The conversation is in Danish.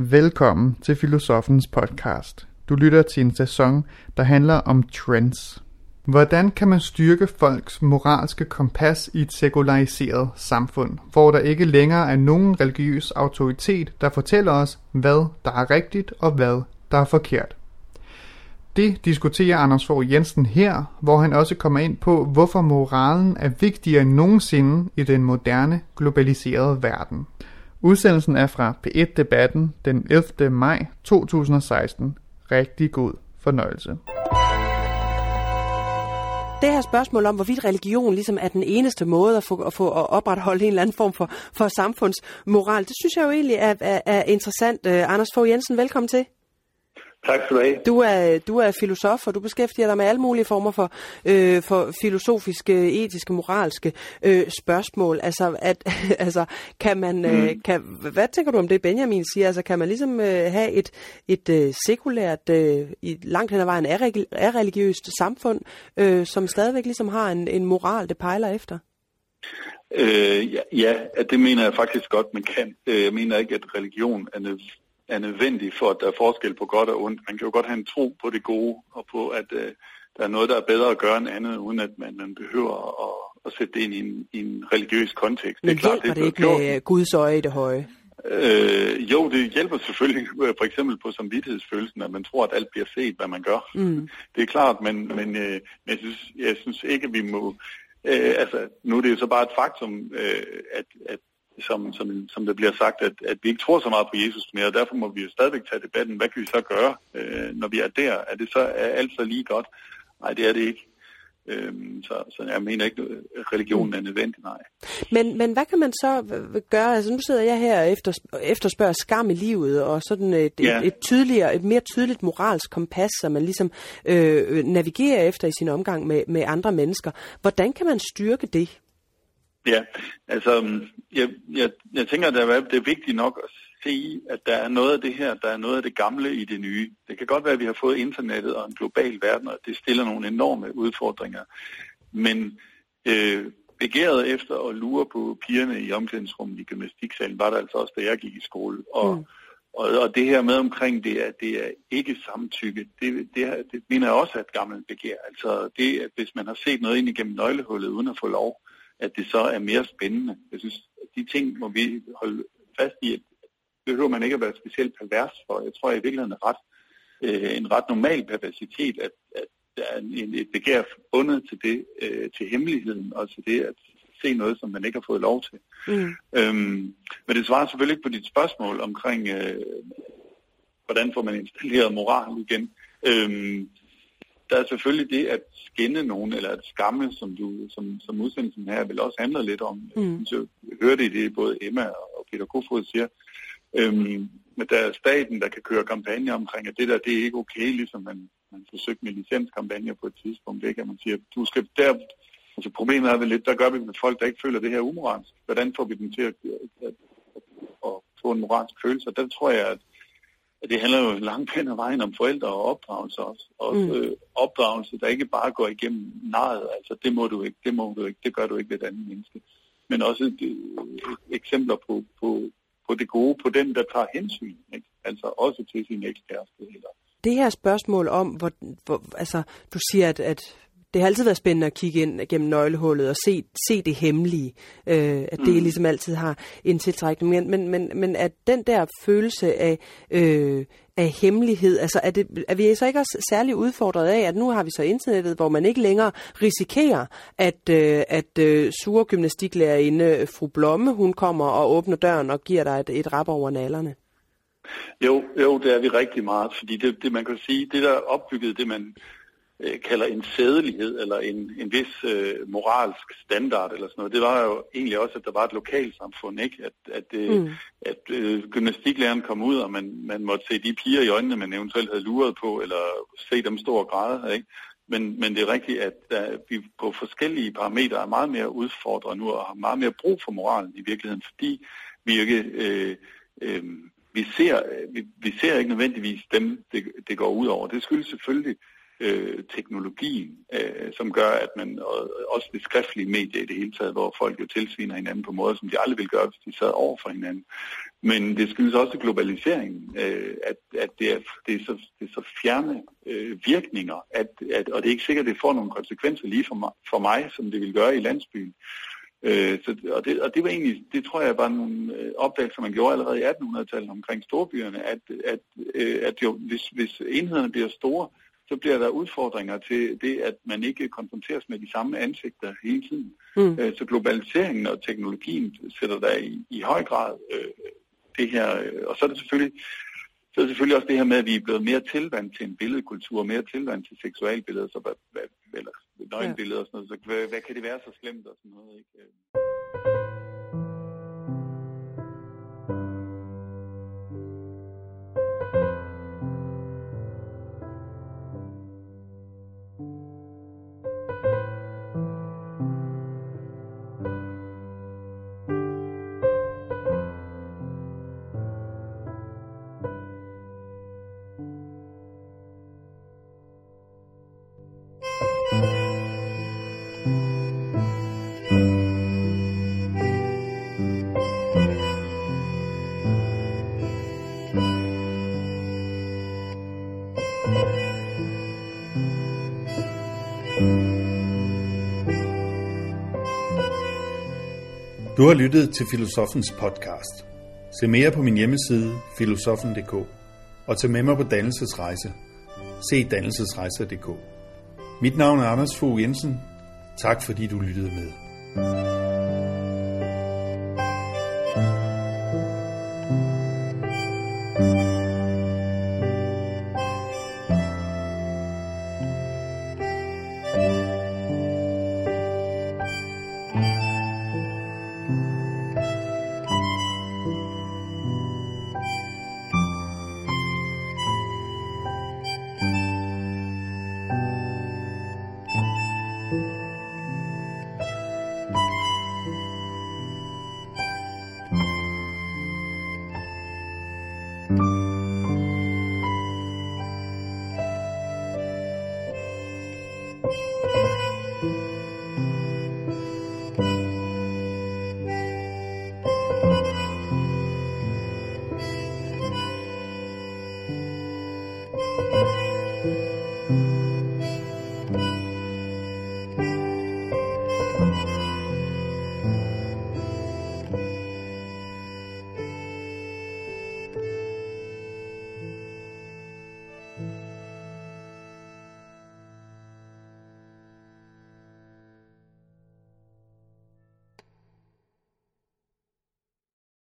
Velkommen til Filosofens podcast. Du lytter til en sæson, der handler om trends. Hvordan kan man styrke folks moralske kompas i et sekulariseret samfund, hvor der ikke længere er nogen religiøs autoritet, der fortæller os, hvad der er rigtigt og hvad der er forkert? Det diskuterer Anders Fogh Jensen her, hvor han også kommer ind på, hvorfor moralen er vigtigere end nogensinde i den moderne, globaliserede verden. Udsendelsen er fra P1-debatten den 11. maj 2016. Rigtig god fornøjelse. Det her spørgsmål om, hvorvidt religion ligesom er den eneste måde at få at opretholde en eller anden form for samfundsmoral, det synes jeg jo egentlig er interessant. Anders Fogh Jensen, velkommen til. Tak skal du have. Du er filosof, og du beskæftiger dig med alle mulige former for filosofiske, etiske, moralske spørgsmål. Kan man, hvad tænker du om det, Benjamin siger? Altså, kan man ligesom have et sekulært, langt hen ad vejen religiøst samfund, som stadigvæk ligesom har en moral, det pejler efter? Ja, det mener jeg faktisk godt, man kan. Jeg mener ikke, at religion er nødvendig for, at der er forskel på godt og ondt. Man kan jo godt have en tro på det gode, og på, at der er noget, der er bedre at gøre end andet, uden at man behøver at sætte det ind i en religiøs kontekst. Men hjælper det ikke med Guds øje i det høje? Jo, det hjælper selvfølgelig for eksempel på samvittighedsfølelsen, at man tror, at alt bliver set, hvad man gør. Det er klart, men jeg synes ikke, at vi må... nu er det jo så bare et faktum, at som det bliver sagt, at vi ikke tror så meget på Jesus mere, og derfor må vi jo stadigvæk tage debatten. Hvad kan vi så gøre, når vi er der? Er alt så lige godt? Nej, det er det ikke. Så jeg mener ikke, at religionen er nødvendig, nej. Men hvad kan man så gøre? Altså nu sidder jeg her og efterspørger skam i livet, og sådan et mere tydeligt moralsk kompas, som man ligesom navigerer efter i sin omgang med andre mennesker. Hvordan kan man styrke det? Ja, altså, jeg tænker, at det er vigtigt nok at se, at der er noget af det her, der er noget af det gamle i det nye. Det kan godt være, at vi har fået internettet og en global verden, og det stiller nogle enorme udfordringer. Men begæret efter at lure på pigerne i omklædningsrummet i gymnastiksalen, var der altså også, da jeg gik i skole. Og det her med omkring det er ikke samtykke, det mener jeg også er et gammelt begær. Altså det, at hvis man har set noget ind igennem nøglehullet uden at få lov, at det så er mere spændende. Jeg synes, at de ting må vi holde fast i, at det behøver man ikke at være specielt pervers for. Jeg tror i virkeligheden er en ret normal perversitet, at der er et begær bundet til det, til hemmeligheden og til det at se noget, som man ikke har fået lov til. Men det svarer selvfølgelig ikke på dit spørgsmål omkring, hvordan får man installeret moral igen. Der er selvfølgelig det at skænde nogen, eller at skamme, som udsendelsen her vel også handler lidt om. Så hørte I det, både Emma og Peter Kofod siger. Men der er staten, der kan køre kampagner omkring, at det der, det er ikke okay, ligesom man forsøgte med licenskampagner på et tidspunkt. Ikke? At man siger, du skal der... Altså problemet er vel lidt, der gør vi med folk, der ikke føler det her umoralsk. Hvordan får vi dem til at få en moralsk følelse? Og der tror jeg, at det handler jo langt hen ad vejen om forældre og opdragelse også. Opdragelse, der ikke bare går igennem naret, altså det må du ikke, det gør du ikke ved et andet menneske. Men også eksempler på det gode, på den, der tager hensyn, ikke? Altså også til sin ekskæreste. Det her spørgsmål om, hvor altså du siger, at det har altid været spændende at kigge ind gennem nøglehullet og se det hemmelige, at det ligesom altid har en tiltrækning. Men at den der følelse af hemmelighed, altså er vi så ikke også særlig udfordret af, at nu har vi så internettet, hvor man ikke længere risikerer, at sure gymnastiklærerinde fru Blomme, hun kommer og åbner døren og giver dig et rap over nallerne? Jo, det er vi rigtig meget, fordi det man kan sige, det der er opbygget, det man kalder en sædelighed eller en vis moralsk standard eller sådan noget. Det var jo egentlig også, at der var et lokalsamfund, ikke? At gymnastiklæreren kom ud, og man måtte se de piger i øjnene, man eventuelt havde luret på, eller se dem stå og græde, ikke? Men det er rigtigt, at vi på forskellige parametre er meget mere udfordret nu, og har meget mere brug for moralen i virkeligheden, fordi vi ikke... Vi ser ikke nødvendigvis dem, det går ud over. Det skyldes selvfølgelig teknologien, som gør, at man også det skriftlige medie i det hele taget, hvor folk jo tilsviner hinanden på måder, som de aldrig ville gøre, hvis de sad over for hinanden. Men det skyldes også globaliseringen, at det er så fjerne virkninger, og det er ikke sikkert, at det får nogle konsekvenser lige for mig, som det vil gøre i landsbyen. Det var egentlig, det tror jeg var en opdagelse, man gjorde allerede i 1800-tallet omkring storbyerne, at jo, hvis enhederne bliver store, så bliver der udfordringer til det, at man ikke konfronteres med de samme ansigter hele tiden. Så globaliseringen og teknologien sætter der i høj grad det her, og så er det selvfølgelig også det her med, at vi er blevet mere tilvandt til en billedkultur, mere tilvandt til seksualbilleder, eller nøgenbilleder og sådan noget. Så hvad kan det være så slemt og sådan noget, ikke? Du har lyttet til Filosofens podcast. Se mere på min hjemmeside filosofen.dk og tag med mig på dannelsesrejse. Se dannelsesrejser.dk. Mit navn er Anders Fogh Jensen. Tak fordi du lyttede med. you.